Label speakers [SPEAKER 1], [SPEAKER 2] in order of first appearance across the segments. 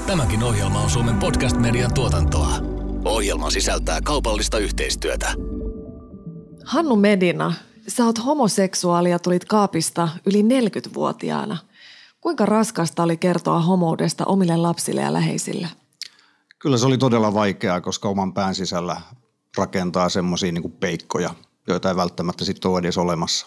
[SPEAKER 1] Tämäkin ohjelma on Suomen podcast-median tuotantoa. Ohjelma sisältää kaupallista yhteistyötä.
[SPEAKER 2] Hannu Medina, sä oot homoseksuaali ja tulit kaapista yli 40-vuotiaana. Kuinka raskasta oli kertoa homoudesta omille lapsille ja läheisille?
[SPEAKER 3] Kyllä se oli todella vaikeaa, koska oman pään sisällä rakentaa semmoisia niin kuin peikkoja, joita ei välttämättä sitten ole edes olemassa.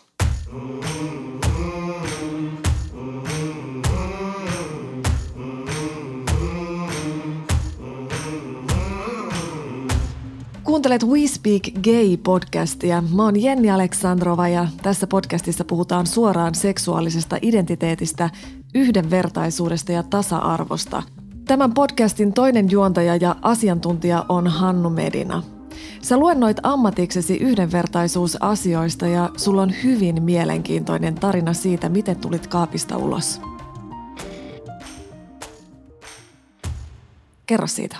[SPEAKER 2] Kuuntelet We Speak Gay-podcastia. Mä oon Jenni Aleksandrova ja tässä podcastissa puhutaan suoraan seksuaalisesta identiteetistä, yhdenvertaisuudesta ja tasa-arvosta. Tämän podcastin toinen juontaja ja asiantuntija on Hannu Medina. Sä luennoit ammatiksesi yhdenvertaisuusasioista ja sulla on hyvin mielenkiintoinen tarina siitä, miten tulit kaapista ulos. Kerro siitä.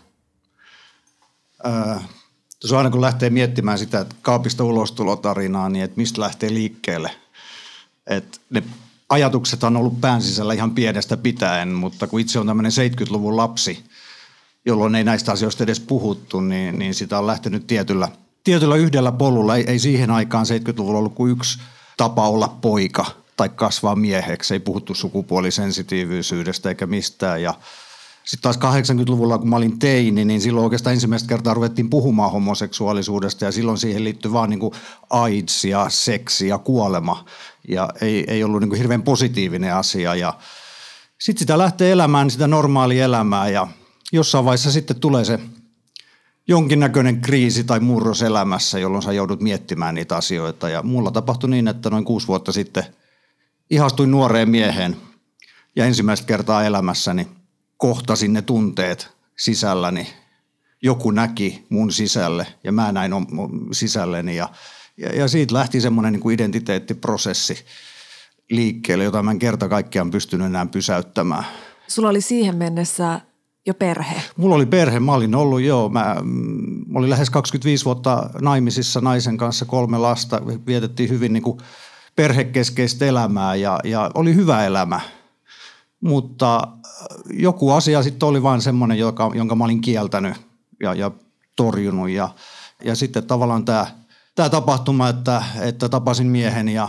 [SPEAKER 3] Tuossa aina kun lähtee miettimään sitä että kaapista ulostulotarinaa, niin että mistä lähtee liikkeelle. Että ne ajatukset on ollut pään sisällä ihan pienestä pitäen, mutta kun itse on tämmöinen 70-luvun lapsi, jolloin ei näistä asioista edes puhuttu, niin sitä on lähtenyt tietyllä yhdellä polulla. Ei siihen aikaan 70-luvulla ollut kuin yksi tapa olla poika tai kasvaa mieheksi. Ei puhuttu sukupuolisensitiivisyydestä eikä mistään. Ja sitten taas 80-luvulla, kun mä olin teini, niin silloin oikeastaan ensimmäistä kertaa ruvettiin puhumaan homoseksuaalisuudesta ja silloin siihen liittyi vaan niin kuin AIDS ja seksi ja kuolema ja ei ollut niin kuin hirveän positiivinen asia. Ja sitten sitä lähtee elämään sitä normaalia elämää ja jossain vaiheessa sitten tulee se jonkinnäköinen kriisi tai murros elämässä, jolloin sä joudut miettimään niitä asioita. Ja mulla tapahtui niin, että noin 6 vuotta sitten ihastuin nuoreen mieheen ja ensimmäistä kertaa elämässäni kohtasin ne tunteet sisälläni. Joku näki mun sisälle ja mä näin sisälleni ja siitä lähti semmoinen niin kuin identiteettiprosessi liikkeelle, jota mä en kerta kaikkiaan pystynyt enää pysäyttämään.
[SPEAKER 2] Sulla oli siihen mennessä jo perhe? Mulla
[SPEAKER 3] oli perhe. Mä olin ollut mä olin lähes 25 vuotta naimisissa naisen kanssa, 3 lasta. Vietettiin hyvin niin kuin perhekeskeistä elämää ja oli hyvä elämä. Mutta joku asia sitten oli vain semmoinen, jonka mä olin kieltänyt ja torjunut. Ja sitten tavallaan tämä tapahtuma, että tapasin miehen ja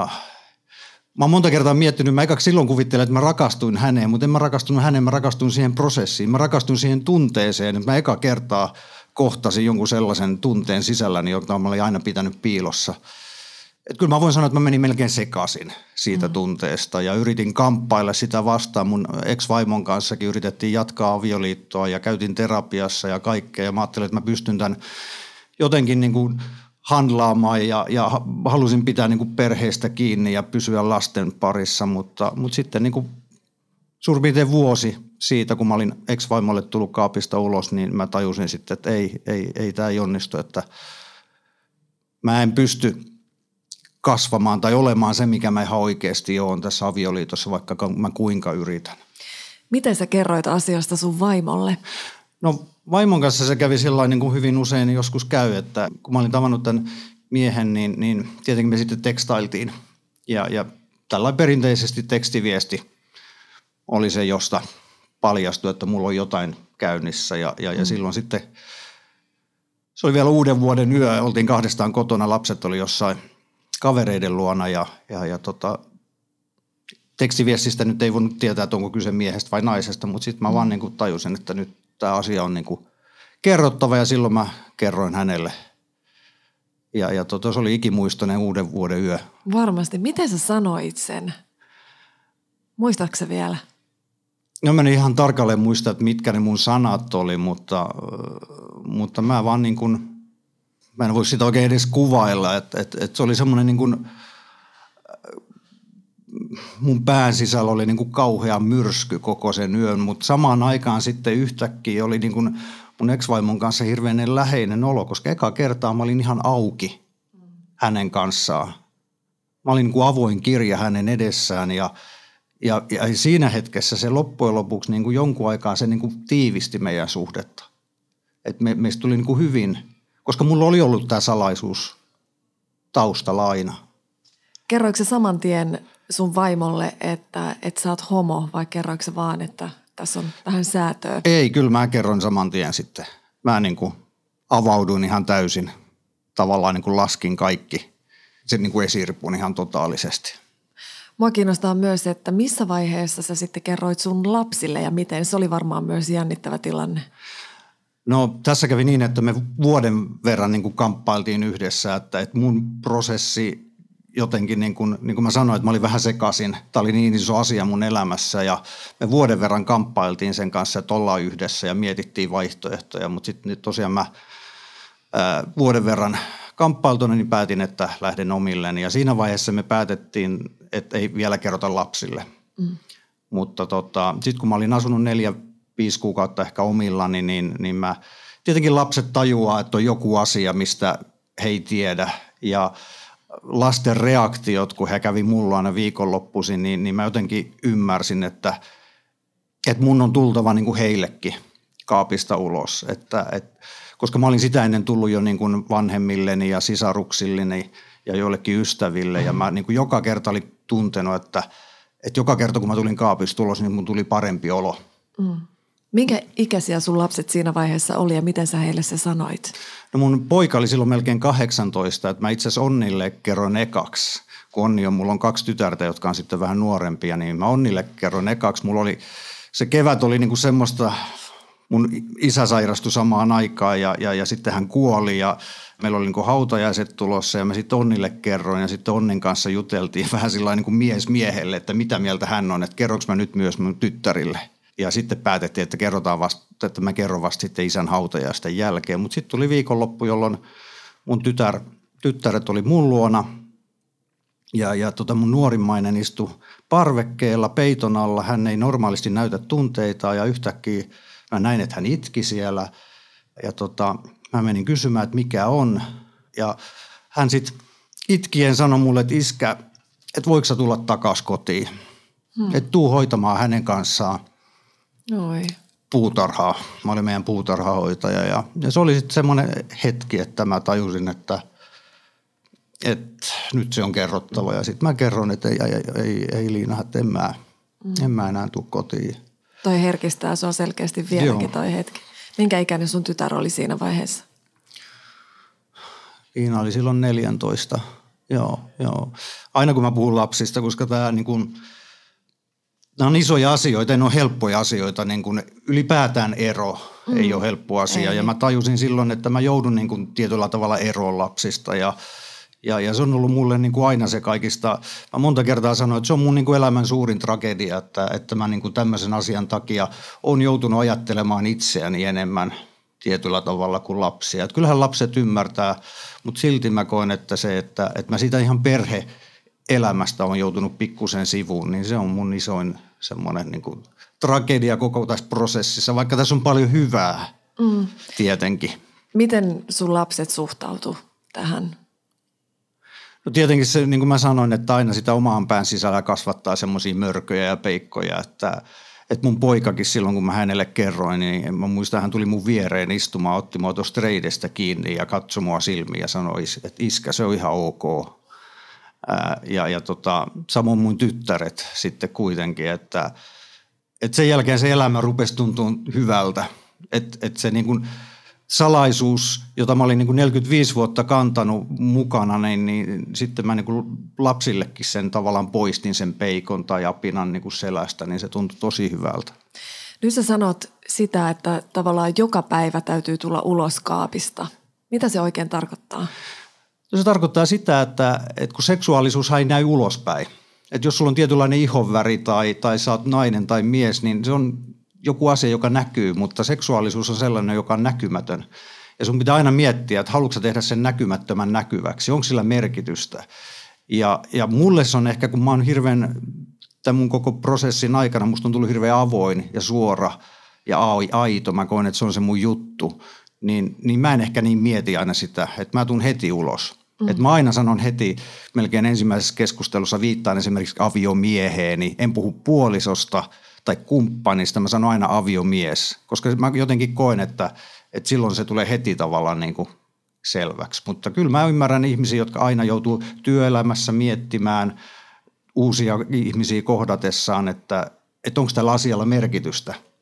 [SPEAKER 3] mä oon monta kertaa miettinyt, mä ekaksi silloin kuvittelin, että mä rakastuin häneen, mutta en mä rakastunut häneen, mä rakastuin siihen prosessiin, mä rakastuin siihen tunteeseen, että mä eka kertaa kohtasin jonkun sellaisen tunteen sisälläni, jota mä olin aina pitänyt piilossa. Että kyllä mä voin sanoa, että mä menin melkein sekaisin siitä tunteesta ja yritin kamppailla sitä vastaan. Mun ex-vaimon kanssakin yritettiin jatkaa avioliittoa ja käytiin terapiassa ja kaikkea. Ja mä ajattelin, että mä pystyn tämän jotenkin niin kuin handlaamaan ja halusin pitää niin kuin perheestä kiinni ja pysyä lasten parissa. Mutta sitten niin kuin suurin piirtein vuosi siitä, kun mä olin ex-vaimolle tullut kaapista ulos, niin mä tajusin sitten, että ei tämä ei onnistu, että mä en pysty kasvamaan tai olemaan se, mikä mä ihan oikeasti oon tässä avioliitossa, vaikka mä kuinka yritän.
[SPEAKER 2] Miten sä kerroit asiasta sun vaimolle?
[SPEAKER 3] No vaimon kanssa se kävi sellainen niin kuin hyvin usein joskus käy, että kun mä olin tavannut tämän miehen, niin tietenkin me sitten tekstailtiin. Ja tällainen perinteisesti tekstiviesti oli se, josta paljastui, että mulla on jotain käynnissä. Ja silloin sitten, se oli vielä uuden vuoden yö, oltiin 2 kotona, lapset oli jossain kavereiden luona ja tekstiviestistä nyt ei voinut tietää, että onko kyse miehestä vai naisesta, mutta sitten mä vaan niin kuin tajusin, että nyt tämä asia on niin kuin kerrottava ja silloin mä kerroin hänelle. Ja se oli ikimuistoinen uuden vuoden yö. Varmasti.
[SPEAKER 2] Miten sä sanoit sen? Muistatko sä vielä?
[SPEAKER 3] No mä en ihan tarkalleen muista, että mitkä ne mun sanat oli, mutta mä vaan niin kuin mä en voi sitä oikein edes kuvailla, että se oli semmoinen niin kuin, mun pään sisällä oli niin kuin kauhea myrsky koko sen yön, mutta samaan aikaan sitten yhtäkkiä oli niin kuin mun ex-vaimon kanssa hirveän läheinen olo, koska eka kertaa mä olin ihan auki hänen kanssaan. Mä olin niin kuin avoin kirja hänen edessään ja siinä hetkessä se loppujen lopuksi niin kuin jonkun aikaa se niin kuin tiivisti meidän suhdetta. Että meistä tuli niin kuin hyvin, koska mulla oli ollut tämä salaisuus taustalla aina.
[SPEAKER 2] Kerroiko se saman tien sun vaimolle, että sä oot homo vai kerroiko se vaan, että tässä on vähän säätöä?
[SPEAKER 3] Ei, kyllä mä kerron saman tien sitten. Mä niin kuin avauduin ihan täysin. Tavallaan niin kuin laskin kaikki. Se niin kuin esiripun ihan totaalisesti.
[SPEAKER 2] Mua kiinnostaa myös, että missä vaiheessa sä sitten kerroit sun lapsille ja miten? Se oli varmaan myös jännittävä tilanne.
[SPEAKER 3] No tässä kävi niin, että me vuoden verran niin kuin kamppailtiin yhdessä, että mun prosessi jotenkin, niin kuin mä sanoin, että mä olin vähän sekaisin. Tämä oli niin iso asia mun elämässä ja me vuoden verran kamppailtiin sen kanssa, että ollaan yhdessä ja mietittiin vaihtoehtoja. Mutta sitten tosiaan mä vuoden verran kamppailtuna niin päätin, että lähden omilleni. Ja siinä vaiheessa me päätettiin, että ei vielä kerrota lapsille. Mutta sitten kun mä olin asunut 4-5 kuukautta ehkä omillani, niin mä tietenkin lapset tajuaa, että on joku asia, mistä he ei tiedä. Ja lasten reaktiot, kun he kävi mulla aina viikonloppuisin, niin mä jotenkin ymmärsin, että mun on tultava niin kuin heillekin kaapista ulos. Koska mä olin sitä ennen tullut jo niin kuin vanhemmilleni ja sisaruksilleni ja joillekin ystäville. Ja mä niin kuin joka kerta olin tuntenut, että joka kerta kun mä tulin kaapista ulos, niin mun tuli parempi olo.
[SPEAKER 2] Minkä ikäisiä sun lapset siinä vaiheessa oli ja miten sä heille se sanoit?
[SPEAKER 3] No mun poika oli silloin melkein 18, että mä itse asiassa Onnille kerroin ekaksi. Kun mulla on 2 tytärtä, jotka on sitten vähän nuorempia, niin mä Onnille kerroin ekaksi. Mulla oli, se kevät oli niinku semmoista, mun isä sairastui samaan aikaan ja sitten hän kuoli ja meillä oli niinku hautajaiset tulossa ja mä sitten Onnille kerroin ja sitten Onnin kanssa juteltiin vähän sillä niin kuin mies miehelle, että mitä mieltä hän on, että kerronko mä nyt myös mun tyttärille. Ja sitten päätettiin, että mä kerron vasta sitten isän hautajaisten jälkeen. Mutta sitten tuli viikonloppu, jolloin mun tyttäret oli mun luona. Ja mun nuorimmainen istui parvekkeella peiton alla. Hän ei normaalisti näytä tunteitaan ja yhtäkkiä mä näin, että hän itki siellä. Ja mä menin kysymään, että mikä on. Ja hän sitten itkien sanoi mulle, että iskä, että voiko sä tulla takaisin kotiin. Että tuu hoitamaan hänen kanssaan.
[SPEAKER 2] Oi.
[SPEAKER 3] Puutarhaa. Mä olin meidän puutarhahoitaja ja se oli sitten semmoinen hetki, että mä tajusin, että nyt se on kerrottava. Ja sitten mä kerron, että ei Liina, että en mä enää tule kotiin.
[SPEAKER 2] Toi herkistää, se on selkeästi vieläkin toi hetki. Minkä ikäinen sun tytär oli siinä vaiheessa?
[SPEAKER 3] Liina oli silloin 14. Joo. Aina kun mä puhun lapsista, koska tämä niin kuin nämä on isoja asioita, ne on helppoja asioita, niin kuin ylipäätään ero ei ole helppo asia. Ei. Ja mä tajusin silloin, että mä joudun niin kuin tietyllä tavalla eroon lapsista ja se on ollut mulle niin kuin aina se kaikista, mä monta kertaa sanoin, että se on mun niin kuin elämän suurin tragedia, että mä niin kuin tämmöisen asian takia olen joutunut ajattelemaan itseäni enemmän tietyllä tavalla kuin lapsia. Että kyllähän lapset ymmärtää, mutta silti mä koen, että se, että mä siitä ihan perhe-elämästä on joutunut pikkusen sivuun, niin se on mun isoin semmoinen niin kuin tragedia koko tässä prosessissa, vaikka tässä on paljon hyvää tietenkin.
[SPEAKER 2] Miten sun lapset suhtautuu tähän?
[SPEAKER 3] No tietenkin se, niin kuin mä sanoin, että aina sitä omaan pään sisällä kasvattaa semmoisia mörköjä ja peikkoja, että mun poikakin silloin, kun mä hänelle kerroin, niin mä muistan, hän tuli mun viereen istumaan, otti mua tuosta reidestä kiinni ja katsoi mua silmiin ja sanoi, että iskä, se on ihan ok. Samoin mun tyttäret sitten kuitenkin, että sen jälkeen se elämä rupesi tuntumaan hyvältä. Että se niin kuin salaisuus, jota mä olin niin kuin 45 vuotta kantanut mukana, niin sitten mä niin kuin lapsillekin sen tavallaan poistin sen peikon tai apinan niin kuin selästä, niin se tuntui tosi hyvältä.
[SPEAKER 2] Nyt sä sanot sitä, että tavallaan joka päivä täytyy tulla ulos kaapista. Mitä se oikein tarkoittaa?
[SPEAKER 3] Se tarkoittaa sitä, että kun seksuaalisuus ei näy ulospäin. Että jos sulla on tietynlainen ihonväri tai sä oot nainen tai mies, niin se on joku asia, joka näkyy, mutta seksuaalisuus on sellainen, joka on näkymätön. Ja sun pitää aina miettiä, että haluatko sä tehdä sen näkymättömän näkyväksi, onko sillä merkitystä. Ja mulle se on ehkä, kun mä oon tämän mun koko prosessin aikana, musta on tullut hirveän avoin ja suora ja aito, mä koen, että se on se mun juttu. Niin mä en ehkä niin mieti aina sitä, että mä tuun heti ulos. Että mä aina sanon heti, melkein ensimmäisessä keskustelussa viittaan esimerkiksi aviomieheeni, en puhu puolisosta tai kumppanista, mä sanon aina aviomies, koska mä jotenkin koen, että silloin se tulee heti tavallaan niin kuin selväksi. Mutta kyllä mä ymmärrän ihmisiä, jotka aina joutuu työelämässä miettimään uusia ihmisiä kohdatessaan, että onko tällä asialla merkitystä.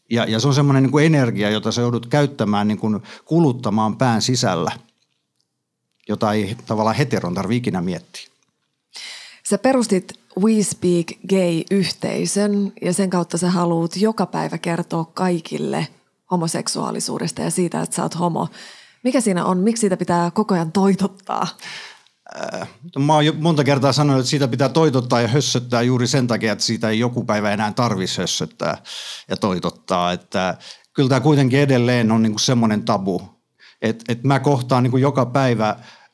[SPEAKER 3] Ja se on semmoinen niin kuin energia, jota sä joudut käyttämään, niin kuin kuluttamaan pään sisällä, jota ei tavallaan heteron tarvitse ikinä miettiä.
[SPEAKER 2] Sä perustit We Speak Gay-yhteisön ja sen kautta sä haluat joka päivä kertoa kaikille homoseksuaalisuudesta ja siitä, että sä oot homo. Mikä siinä on? Miksi siitä pitää koko ajan toitottaa?
[SPEAKER 3] Mä oon jo monta kertaa sanonut, että siitä pitää toitottaa ja hössöttää juuri sen takia, että siitä ei joku päivä enää tarvitsisi hössöttää ja toitottaa. Että kyllä tämä kuitenkin edelleen on niin kuin semmoinen tabu, että mä kohtaan niin kuin joka päivä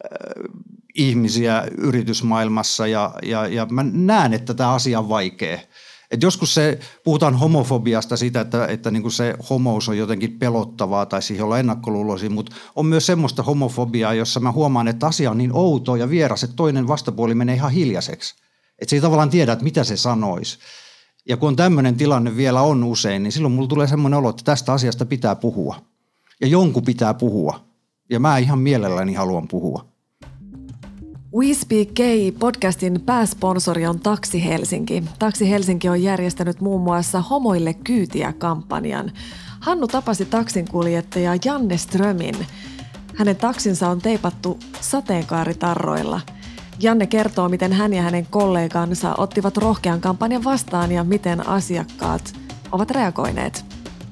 [SPEAKER 3] ihmisiä yritysmaailmassa ja mä näen, että tämä asia on vaikea. Et joskus puhutaan homofobiasta siitä, että niin kuin se homous on jotenkin pelottavaa tai siihen ollaan ennakkoluuloisia, mutta on myös semmoista homofobiaa, jossa mä huomaan, että asia on niin outo ja vieras, että toinen vastapuoli menee ihan hiljaiseksi. Että se ei tavallaan tiedä, että mitä se sanoisi. Ja kun tämmöinen tilanne vielä on usein, niin silloin mulla tulee semmoinen olo, että tästä asiasta pitää puhua. Ja jonkun pitää puhua. Ja mä ihan mielelläni haluan puhua.
[SPEAKER 2] We Speak Gay podcastin pääsponsori on Taksi Helsinki. Taksi Helsinki on järjestänyt muun muassa Homoille kyytiä -kampanjan. Hannu tapasi taksinkuljettaja Janne Strömin. Hänen taksinsa on teipattu sateenkaaritarroilla. Janne kertoo, miten hän ja hänen kollegansa ottivat rohkean kampanjan vastaan ja miten asiakkaat ovat reagoineet.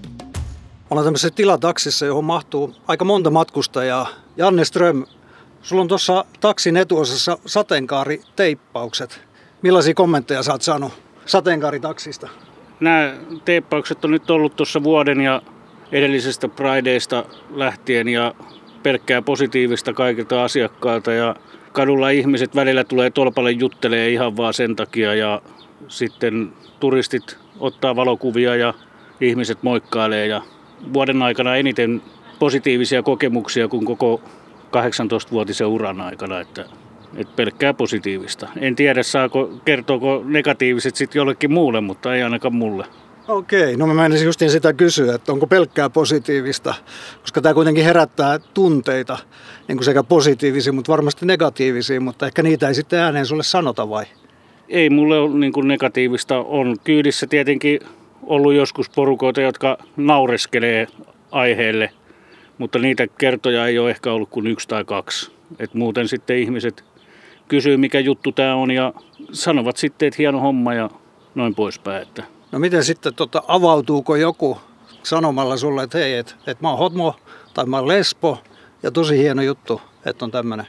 [SPEAKER 4] Ollaan tämmöisessä tilataksissa, johon mahtuu aika monta matkustajaa. Janne Ström, sulla on tuossa taksin etuosassa sateenkaariteippaukset. Millaisia kommentteja sä oot saanut sateenkaaritaksista?
[SPEAKER 5] Nämä teippaukset on nyt ollut tuossa vuoden ja edellisestä Prideista lähtien ja pelkkää positiivista kaikilta asiakkailta. Ja kadulla ihmiset välillä tulee tolpalle juttelee ihan vaan sen takia ja sitten turistit ottaa valokuvia ja ihmiset moikkailee. Ja vuoden aikana eniten positiivisia kokemuksia kuin koko 18-vuotisen uran aikana, että pelkkää positiivista. En tiedä, kertooko negatiiviset sitten jollekin muulle, mutta ei ainakaan mulle.
[SPEAKER 4] Okei, no mä menisin justiin sitä kysyä, että onko pelkkää positiivista, koska tämä kuitenkin herättää tunteita, niin kuin sekä positiivisia, mutta varmasti negatiivisia, mutta ehkä niitä ei sitten ääneen sulle sanota vai?
[SPEAKER 5] Ei mulle ole niin kuin negatiivista. On kyydissä tietenkin ollut joskus porukoita, jotka naureskelee aiheelle, mutta niitä kertoja ei ole ehkä ollut kuin 1 tai 2. Et muuten sitten ihmiset kysyy, mikä juttu tämä on ja sanovat sitten, että hieno homma ja noin poispäin. Että.
[SPEAKER 4] No miten sitten, avautuuko joku sanomalla sulle, että hei, että mä oon homo tai mä oon lesbo ja tosi hieno juttu, että on tämmöinen?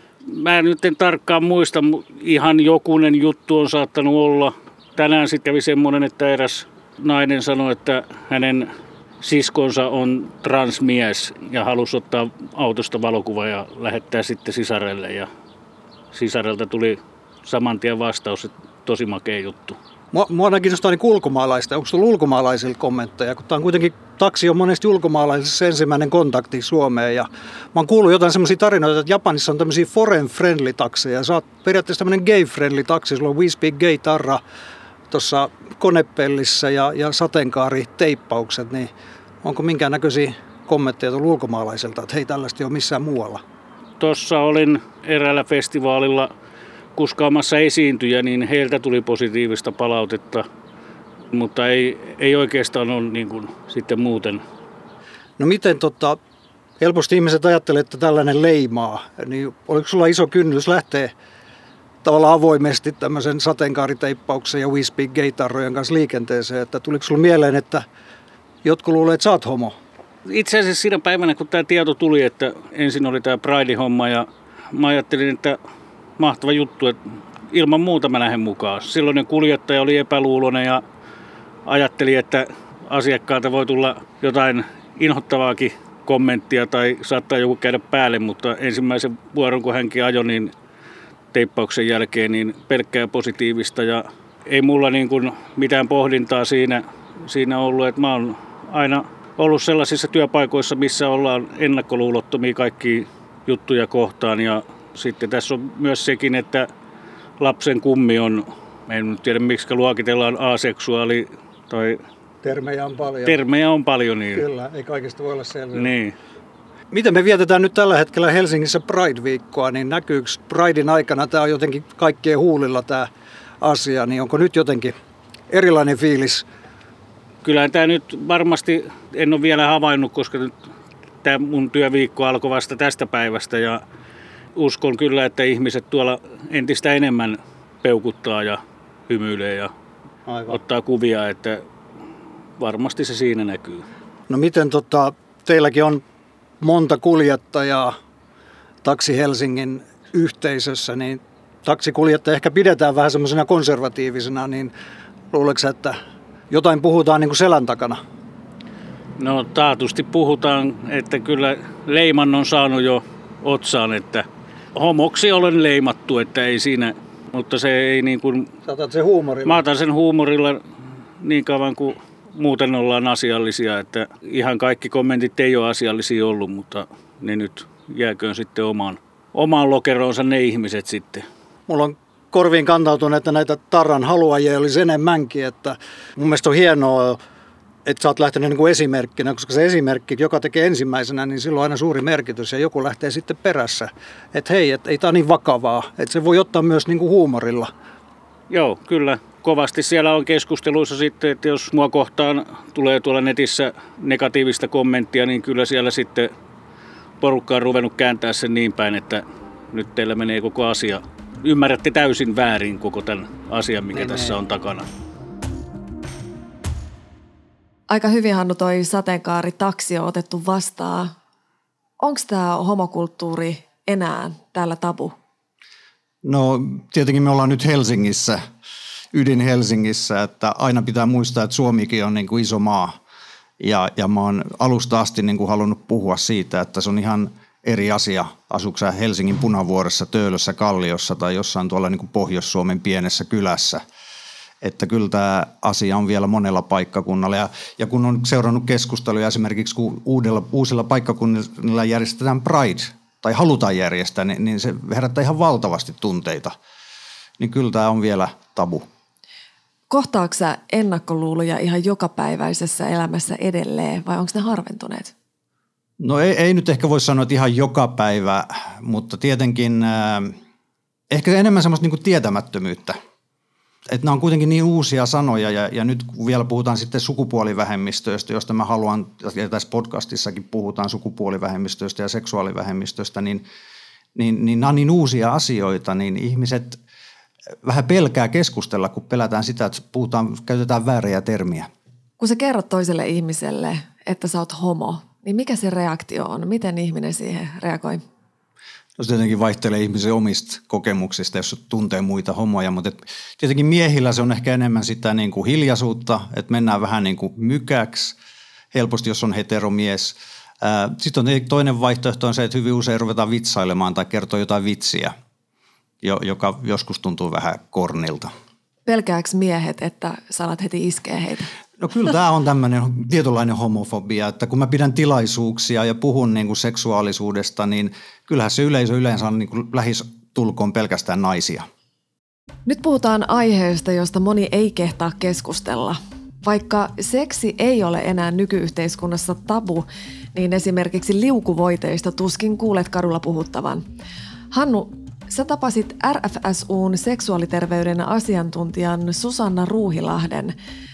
[SPEAKER 5] Mä nyt en tarkkaan muista, ihan jokunen juttu on saattanut olla. Tänään sitten kävi semmoinen, että eräs nainen sanoi, että hänen siskonsa on transmies ja halusi ottaa autosta valokuva ja lähettää sitten sisarelle. Ja sisarelta tuli saman tien vastaus, että tosi makea juttu.
[SPEAKER 4] Mua kiinnostaa niin ulkomaalaista. Onko tullut ulkomaalaisilta kommentteja? Kun tämä on kuitenkin, taksi on monesti ulkomaalaisessa ensimmäinen kontakti Suomeen. Ja mä oon kuullut jotain semmoisia tarinoita, että Japanissa on tämmöisiä foreign friendly takseja. Sä oot periaatteessa tämmöinen gay friendly taksi. Sulla on We Speak Gay -tarra tuossa konepellissä ja sateenkaariteippaukset. Niin onko minkäännäköisiä kommentteja tullut ulkomaalaiselta, että hei, tällaista ei ole missään muualla?
[SPEAKER 5] Tuossa olin eräällä festivaalilla kuskaamassa esiintyjä, niin heiltä tuli positiivista palautetta, mutta ei oikeastaan ole niin kuin sitten muuten.
[SPEAKER 4] No miten helposti ihmiset ajattelee, että tällainen leimaa, niin oliko sulla iso kynnys lähteä tavallaan avoimesti tämmöisen sateenkaariteippauksen ja We Speak Gay -tarrojen kanssa liikenteeseen, että tuliko sulla mieleen, että jotkut luulee, että sä oot homo?
[SPEAKER 5] Itse asiassa siinä päivänä, kun tämä tieto tuli, että ensin oli tämä Pride-homma ja mä ajattelin, että mahtava juttu, että ilman muuta mä lähden mukaan. Silloinen kuljettaja oli epäluuloinen ja ajatteli, että asiakkaalta voi tulla jotain inhottavaakin kommenttia tai saattaa joku käydä päälle, mutta ensimmäisen vuoron kun hänkin ajoi, niin teippauksen jälkeen niin pelkkää positiivista ja ei mulla niin kuin mitään pohdintaa siinä ollut, että mä oon aina ollut sellaisissa työpaikoissa, missä ollaan ennakkoluulottomia kaikkia juttuja kohtaan ja sitten tässä on myös sekin, että lapsen kummi on, en tiedä miksi luokitellaan aseksuaali tai
[SPEAKER 4] termejä on paljon.
[SPEAKER 5] Termejä on paljon, niin.
[SPEAKER 4] Kyllä, ei kaikista voi olla selvää.
[SPEAKER 5] Niin.
[SPEAKER 4] Miten me vietetään nyt tällä hetkellä Helsingissä Pride-viikkoa, niin näkyykö Pridein aikana, tämä on jotenkin kaikkien huulilla tämä asia, niin onko nyt jotenkin erilainen fiilis
[SPEAKER 5] kyllähän tämä nyt varmasti, en ole vielä havainnut, koska nyt tämä mun työviikko alkoi vasta tästä päivästä ja uskon kyllä, että ihmiset tuolla entistä enemmän peukuttaa ja hymyilee ja ottaa kuvia, että varmasti se siinä näkyy.
[SPEAKER 4] No miten teilläkin on monta kuljettajaa Taksi Helsingin yhteisössä, niin taksikuljettaja ehkä pidetään vähän semmoisena konservatiivisena, niin luuletko sä, että jotain puhutaan niin kuin selän takana?
[SPEAKER 5] No taatusti puhutaan, että kyllä leiman on saanut jo otsaan, että homoksi olen leimattu, että ei siinä, mutta se ei niin kuin...
[SPEAKER 4] Sä otat sen huumorilla?
[SPEAKER 5] Mä otan sen huumorilla niin kauan kuin muuten ollaan asiallisia, että ihan kaikki kommentit ei ole asiallisia ollut, mutta ne nyt jääköön sitten omaan lokeroonsa ne ihmiset sitten.
[SPEAKER 4] Mulla on korviin kantautunut, että näitä tarran haluajia olisi enemmänkin, että mun mielestä on hienoa, että sä oot lähtenyt niin kuin esimerkkinä, koska se esimerkki, joka tekee ensimmäisenä, niin sillä on aina suuri merkitys ja joku lähtee sitten perässä. Että hei, että ei tää niin vakavaa, että se voi ottaa myös niin kuin huumorilla.
[SPEAKER 5] Joo, kyllä. Kovasti siellä on keskusteluissa sitten, että jos mua kohtaan tulee tuolla netissä negatiivista kommenttia, niin kyllä siellä sitten porukka on ruvennut kääntää sen niin päin, että nyt teillä menee koko asia. Ymmärrätte täysin väärin koko tämän asian, mikä tässä on takana.
[SPEAKER 2] Aika hyvin, Hannu, toi sateenkaaritaksi on otettu vastaan. Onko tämä homokulttuuri enää täällä tabu?
[SPEAKER 3] No tietenkin me ollaan nyt Helsingissä, ydin Helsingissä, että aina pitää muistaa, että Suomikin on niin kuin iso maa. Ja mä oon alusta asti niin kuin halunnut puhua siitä, että se on ihan eri asia, asuuko sä Helsingin Punavuoressa, Töölössä, Kalliossa tai jossain tuolla niin kuin Pohjois-Suomen pienessä kylässä. Että kyllä tämä asia on vielä monella paikkakunnalla. Ja kun on seurannut keskusteluja esimerkiksi, kun uusilla paikkakunnilla järjestetään Pride tai halutaan järjestää, niin se herättää ihan valtavasti tunteita. Niin kyllä tämä on vielä tabu.
[SPEAKER 2] Kohtaatko sä ennakkoluuloja ihan jokapäiväisessä elämässä edelleen vai onko ne harventuneet?
[SPEAKER 3] No ei nyt ehkä voi sanoa, että ihan joka päivä, mutta tietenkin ehkä enemmän semmoista niin kuin tietämättömyyttä. Että nämä on kuitenkin niin uusia sanoja ja nyt kun vielä puhutaan sitten sukupuolivähemmistöistä, josta mä haluan, ja tässä podcastissakin puhutaan sukupuolivähemmistöistä ja seksuaalivähemmistöistä, niin nämä on niin uusia asioita, niin ihmiset vähän pelkää keskustella, kun pelätään sitä, että käytetään vääriä termiä.
[SPEAKER 2] Kun sä kerrot toiselle ihmiselle, että sä oot homo, niin mikä se reaktio on? Miten ihminen siihen reagoi?
[SPEAKER 3] No se tietenkin vaihtelee ihmisen omista kokemuksista, jos tuntee muita homoja, mutta tietenkin miehillä se on ehkä enemmän sitä niin kuin hiljaisuutta, että mennään vähän niin kuin mykäksi, helposti jos on heteromies. Sitten on toinen vaihtoehto on se, että hyvin usein ruvetaan vitsailemaan tai kertoo jotain vitsiä, joka joskus tuntuu vähän kornilta.
[SPEAKER 2] Pelkääkö miehet, että sä alat heti iskeä heitä?
[SPEAKER 3] No kyllä tämä on tämmöinen tietynlainen homofobia, että kun mä pidän tilaisuuksia ja puhun niin kuin seksuaalisuudesta, niin kyllähän se yleisö yleensä on niin kuin lähistulkoon pelkästään naisia.
[SPEAKER 2] Nyt puhutaan aiheesta, josta moni ei kehtaa keskustella. Vaikka seksi ei ole enää nykyyhteiskunnassa tabu, niin esimerkiksi liukuvoiteista tuskin kuulet kadulla puhuttavan. Hannu, sä tapasit RFSUn seksuaaliterveyden asiantuntijan Susanna Ruuhilahden.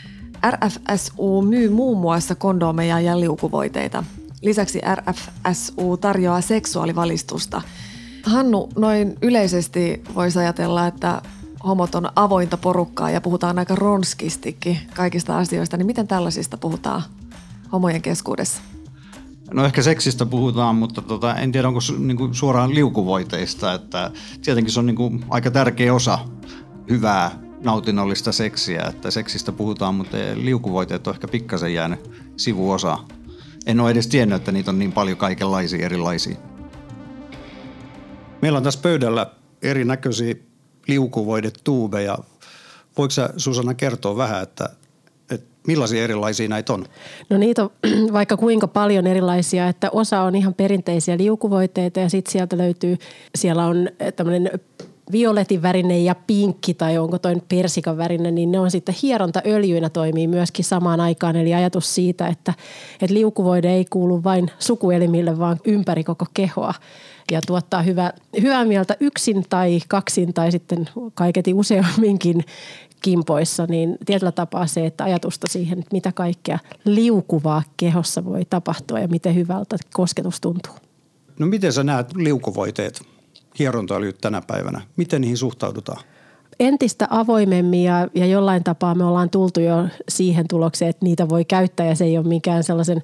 [SPEAKER 2] RFSU myy muun muassa kondomeja ja liukuvoiteita. Lisäksi RFSU tarjoaa seksuaalivalistusta. Hannu, noin yleisesti voisi ajatella, että homot on avointa porukkaa ja puhutaan aika ronskistikin kaikista asioista. Niin miten tällaisista puhutaan homojen keskuudessa?
[SPEAKER 3] No ehkä seksistä puhutaan, mutta en tiedä onko niinku suoraan liukuvoiteista. Että tietenkin se on niinku aika tärkeä osa hyvää nautinnollista seksiä, että seksistä puhutaan, mutta liukuvoiteet on ehkä pikkasen jäänyt sivuosa. En ole edes tiennyt, että niitä on niin paljon kaikenlaisia erilaisia.
[SPEAKER 4] Meillä on tässä pöydällä erinäköisiä liukuvoidetuubeja. Voiko sä, Susanna, kertoa vähän, että millaisia erilaisia näitä on?
[SPEAKER 6] No niitä on vaikka kuinka paljon erilaisia, että osa on ihan perinteisiä liukuvoiteita ja sitten sieltä löytyy, siellä on tämmöinen violetin värinen ja pinkki tai onko toi persikan värinen, niin ne on sitten hierontaöljyinä toimii myöskin samaan aikaan. Eli ajatus siitä, että liukuvoide ei kuulu vain sukuelimille, vaan ympäri koko kehoa ja tuottaa hyvää mieltä yksin tai kaksin tai sitten kaiketi useamminkin kimpoissa, niin tietyllä tapaa se, että ajatusta siihen, että mitä kaikkea liukuvaa kehossa voi tapahtua ja miten hyvältä kosketus tuntuu.
[SPEAKER 3] No miten sä näet liukuvoiteet, hierontaöljyt tänä päivänä? Miten niihin suhtaudutaan?
[SPEAKER 6] Entistä avoimemmin ja jollain tapaa me ollaan tultu jo siihen tulokseen, että niitä voi käyttää ja se ei ole mikään sellaisen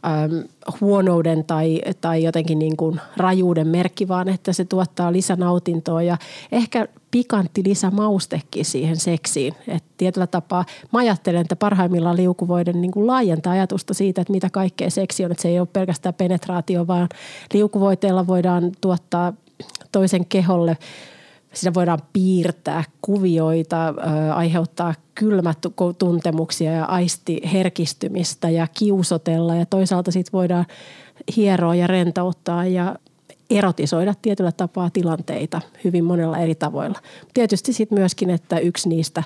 [SPEAKER 6] huonouden tai jotenkin niin kuin rajuuden merkki, vaan että se tuottaa lisänautintoa ja ehkä pikantti lisämaustekin siihen seksiin. Et tietyllä tapaa mä ajattelen, että parhaimmillaan liukuvoiden niin kuin laajentaa ajatusta siitä, että mitä kaikkea seksi on. Että se ei ole pelkästään penetraatio, vaan liukuvoiteilla voidaan tuottaa toisen keholle. Siinä voidaan piirtää kuvioita, aiheuttaa kylmätuntemuksia ja aistiherkistymistä ja kiusotella ja toisaalta sitten voidaan hieroa ja rentouttaa ja erotisoida tietyllä tapaa tilanteita hyvin monella eri tavoilla. Tietysti sitten myöskin, että yksi niistä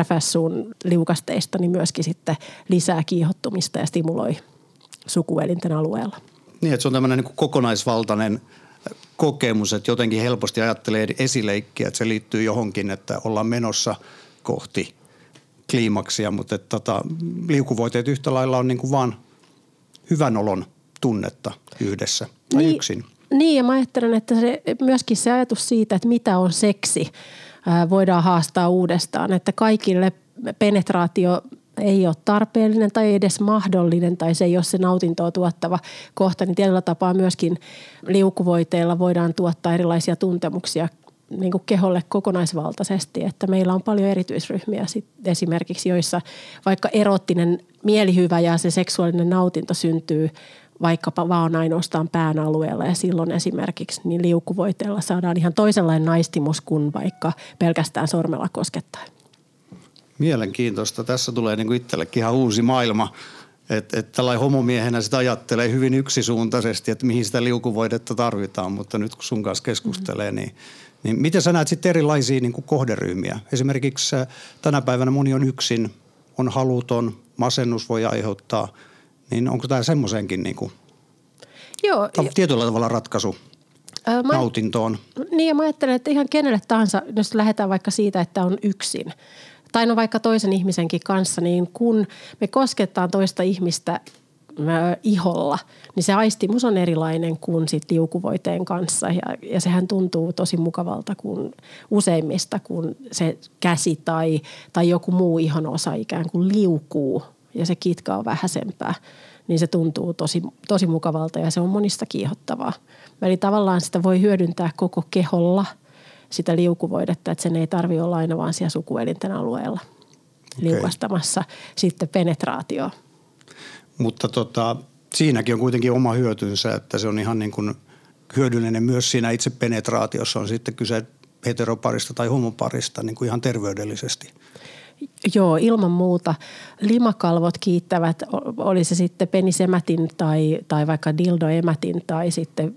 [SPEAKER 6] RFSUn liukasteista niin myöskin sitten lisää kiihottumista ja stimuloi sukuelinten alueella.
[SPEAKER 3] Niin, että se on tämmöinen niin kuin kokonaisvaltainen kokemus, että jotenkin helposti ajattelee esileikkiä, että se liittyy johonkin, että ollaan menossa kohti kliimaksia, mutta liukuvoiteet yhtä lailla on niin kuin vaan hyvän olon tunnetta yhdessä tai yksin.
[SPEAKER 6] Niin, ja mä ajattelen, että myöskin se ajatus siitä, että mitä on seksi, voidaan haastaa uudestaan, että kaikille penetraatio ei ole tarpeellinen tai edes mahdollinen tai se ei ole se nautintoa tuottava kohta, niin tietyllä tapaa myöskin liukuvoiteilla voidaan tuottaa erilaisia tuntemuksia niin kuin keholle kokonaisvaltaisesti, että meillä on paljon erityisryhmiä esimerkiksi, joissa vaikka erottinen mielihyvä ja se seksuaalinen nautinto syntyy vaikkapa vaan ainoastaan pään alueella ja silloin esimerkiksi niin liukuvoiteilla saadaan ihan toisenlainen naistimus kuin vaikka pelkästään sormella koskettaen.
[SPEAKER 3] Mielenkiintoista. Tässä tulee niin kuin itsellekin ihan uusi maailma, että tällainen homomiehenä sitä ajattelee hyvin yksisuuntaisesti, että mihin sitä liukuvoidetta tarvitaan, mutta nyt kun sun kanssa keskustelee, niin miten sä näet sitten erilaisia niin kuin kohderyhmiä? Esimerkiksi tänä päivänä moni on yksin, on haluton, masennus voi aiheuttaa, niin onko tämä semmoisenkin niin kuin tietyllä tavalla ratkaisu nautintoon?
[SPEAKER 6] Niin ja mä ajattelen, että ihan kenelle tahansa, jos lähdetään vaikka siitä, että on yksin tai no vaikka toisen ihmisenkin kanssa, niin kun me kosketaan toista ihmistä iholla, niin se aistimus on erilainen kuin sit liukuvoiteen kanssa ja sehän tuntuu tosi mukavalta kuin useimmista, kun se käsi tai joku muu ihon osa ikään kuin liukuu ja se kitka on vähäisempää, niin se tuntuu tosi mukavalta ja se on monista kiihottavaa. Eli tavallaan sitä voi hyödyntää koko keholla sitä liukuvoidetta, että sen ei tarvitse olla aina vaan siellä sukuelinten alueella liukastamassa sitten penetraatioon.
[SPEAKER 3] Mutta siinäkin on kuitenkin oma hyötynsä, että se on ihan niin kuin hyödyllinen myös siinä itse penetraatiossa, on sitten kyse heteroparista tai homoparista niin kuin ihan terveydellisesti.
[SPEAKER 6] Joo, ilman muuta. Limakalvot kiittävät, oli se sitten penisemätin tai vaikka dildoemätin tai sitten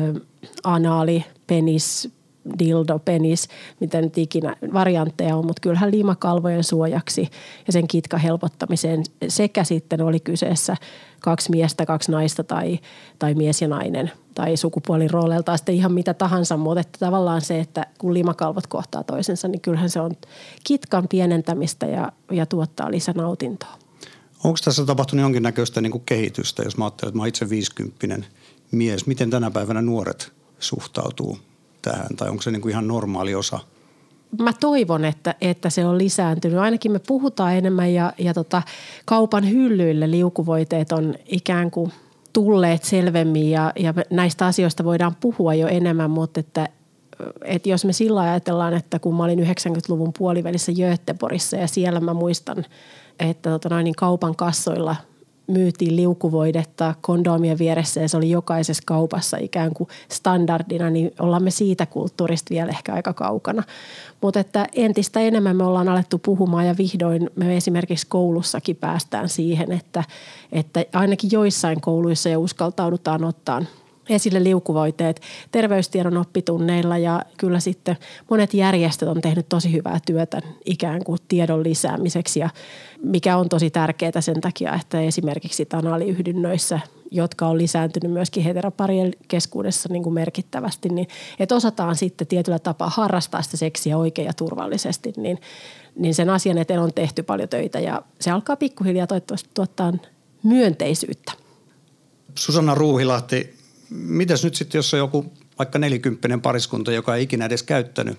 [SPEAKER 6] anaali, penis, dildo, penis, mitä nyt ikinä variantteja on, mutta kyllähän limakalvojen suojaksi ja sen kitkan helpottamiseen sekä sitten oli kyseessä 2 miestä, 2 naista tai mies ja nainen tai sukupuolirooleiltaan sitten ihan mitä tahansa, mutta että tavallaan se, että kun limakalvot kohtaa toisensa, niin kyllähän se on kitkan pienentämistä ja tuottaa lisänautintoa.
[SPEAKER 3] Onko tässä tapahtunut jonkinnäköistä niin kuin kehitystä, jos mä ajattelen, että mä oon itse 50 mies, miten tänä päivänä nuoret suhtautuu tähän, tai onko se niin kuin ihan normaali osa?
[SPEAKER 6] Mä toivon, että se on lisääntynyt. Ainakin me puhutaan enemmän ja kaupan hyllyille liukuvoiteet on ikään kuin tulleet selvemmin ja näistä asioista voidaan puhua jo enemmän, mutta että jos me sillä ajatellaan, että kun mä olin 90-luvun puolivälissä Göteborgissa ja siellä mä muistan, että niin kaupan kassoilla myytiin liukuvoidetta kondoomien vieressä ja se oli jokaisessa kaupassa ikään kuin standardina, niin ollaan me siitä kulttuurista vielä ehkä aika kaukana. Mutta että entistä enemmän me ollaan alettu puhumaan ja vihdoin me esimerkiksi koulussakin päästään siihen, että ainakin joissain kouluissa jo uskaltaudutaan ottaa esille liukuvoiteet terveystiedon oppitunneilla ja kyllä sitten monet järjestöt on tehnyt tosi hyvää työtä ikään kuin tiedon lisäämiseksi ja mikä on tosi tärkeää sen takia, että esimerkiksi tanaaliyhdynnöissä, jotka on lisääntynyt myöskin heteroparien keskuudessa niin kuin merkittävästi, niin että osataan sitten tietyllä tapaa harrastaa sitä seksiä oikein ja turvallisesti, niin sen asian eteen on tehty paljon töitä ja se alkaa pikkuhiljaa toivottavasti tuottaa myönteisyyttä.
[SPEAKER 3] Susanna Ruuhilahti, mitäs nyt sitten, jos on joku vaikka 40 pariskunta, joka ei ikinä edes käyttänyt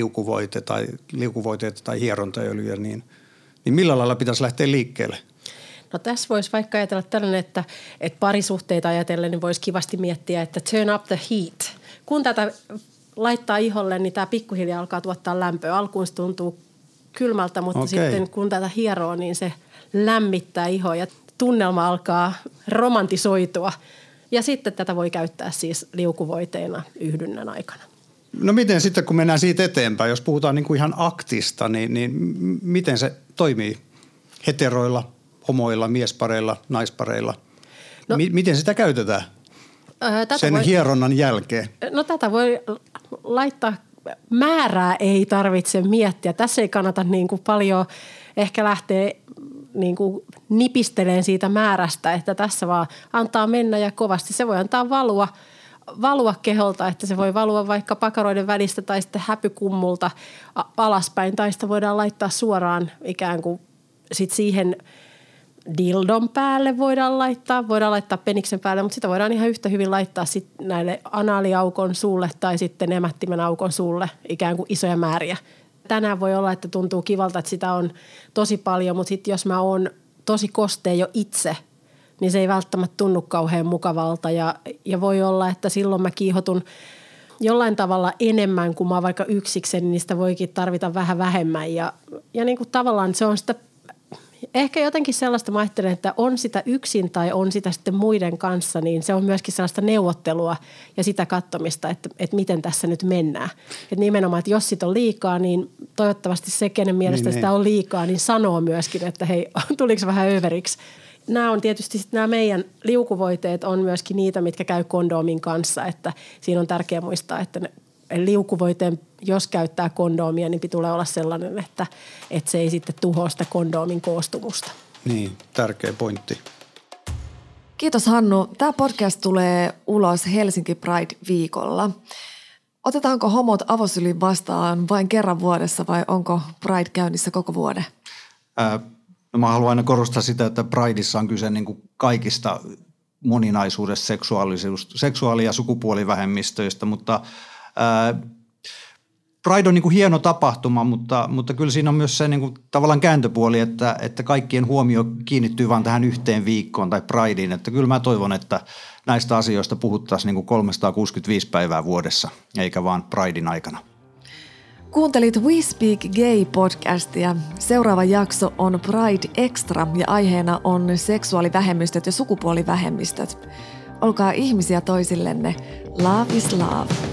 [SPEAKER 3] liukuvoiteita tai hierontaöljyä, niin millä lailla pitäisi lähteä liikkeelle?
[SPEAKER 6] No tässä voisi vaikka ajatella tällainen, että parisuhteita ajatellen niin voisi kivasti miettiä, että turn up the heat. Kun tätä laittaa iholle, niin tämä pikkuhiljaa alkaa tuottaa lämpöä. Alkuun se tuntuu kylmältä, mutta sitten kun tätä hieroo, niin se lämmittää ihoa ja tunnelma alkaa romantisoitua. Ja sitten tätä voi käyttää siis liukuvoiteina yhdynnän aikana.
[SPEAKER 3] No miten sitten, kun mennään siitä eteenpäin, jos puhutaan niin kuin ihan aktista, niin miten se toimii heteroilla, homoilla, miespareilla, naispareilla? No, miten sitä käytetään sen hieronnan jälkeen? No
[SPEAKER 6] tätä voi laittaa, määrää ei tarvitse miettiä. Tässä ei kannata niin kuin paljon ehkä lähteä niin kuin nipisteleen siitä määrästä, että tässä vaan antaa mennä ja kovasti. Se voi antaa valua keholta, että se voi valua vaikka pakaroiden välistä tai sitten häpykummulta alaspäin. Tai sitä voidaan laittaa suoraan ikään kuin sit siihen dildon päälle voidaan laittaa peniksen päälle, mutta sitä voidaan ihan yhtä hyvin laittaa sit näille anaaliaukon suulle tai sitten emättimen aukon suulle ikään kuin isoja määriä. Tänään voi olla, että tuntuu kivalta, että sitä on tosi paljon, mutta sitten jos mä oon tosi kostea jo itse, niin se ei välttämättä tunnu kauhean mukavalta ja voi olla, että silloin mä kiihotun jollain tavalla enemmän kuin mä oon vaikka yksikseni, niin sitä voikin tarvita vähän vähemmän ja niin kuin tavallaan se on sitä ehkä jotenkin sellaista, mä ajattelen, että on sitä yksin tai on sitä sitten muiden kanssa, niin se on myöskin sellaista neuvottelua ja sitä katsomista, että miten tässä nyt mennään. Että nimenomaan, että jos sitä on liikaa, niin toivottavasti se, kenen mielestä sitä on liikaa, niin sanoo myöskin, että hei, tuliko vähän överiksi. Nämä on tietysti nämä meidän liukuvoiteet on myöskin niitä, mitkä käy kondoomin kanssa, että siinä on tärkeää muistaa, että liukuvoiteen, jos käyttää kondoomia, niin tulee olla sellainen, että se ei sitten tuhoa sitä kondoomin koostumusta.
[SPEAKER 3] Niin, tärkeä pointti.
[SPEAKER 2] Kiitos Hannu. Tämä podcast tulee ulos Helsinki Pride-viikolla. Otetaanko homot avosylin vastaan vain kerran vuodessa vai onko Pride käynnissä koko vuoden?
[SPEAKER 3] No mä haluan aina korostaa sitä, että Prideissa on kyse niin kuin kaikista moninaisuudesta, seksuaali- ja sukupuolivähemmistöistä, mutta Pride on niin kuin hieno tapahtuma, mutta kyllä siinä on myös se niin kuin tavallaan kääntöpuoli, että kaikkien huomio kiinnittyy vain tähän yhteen viikkoon tai Prideen. Että kyllä mä toivon, että näistä asioista puhuttaisiin niin kuin 365 päivää vuodessa, eikä vaan Pridein aikana.
[SPEAKER 2] Kuuntelit We Speak Gay-podcastia. Seuraava jakso on Pride Extra ja aiheena on seksuaalivähemmistöt ja sukupuolivähemmistöt. Olkaa ihmisiä toisillenne. Love is love.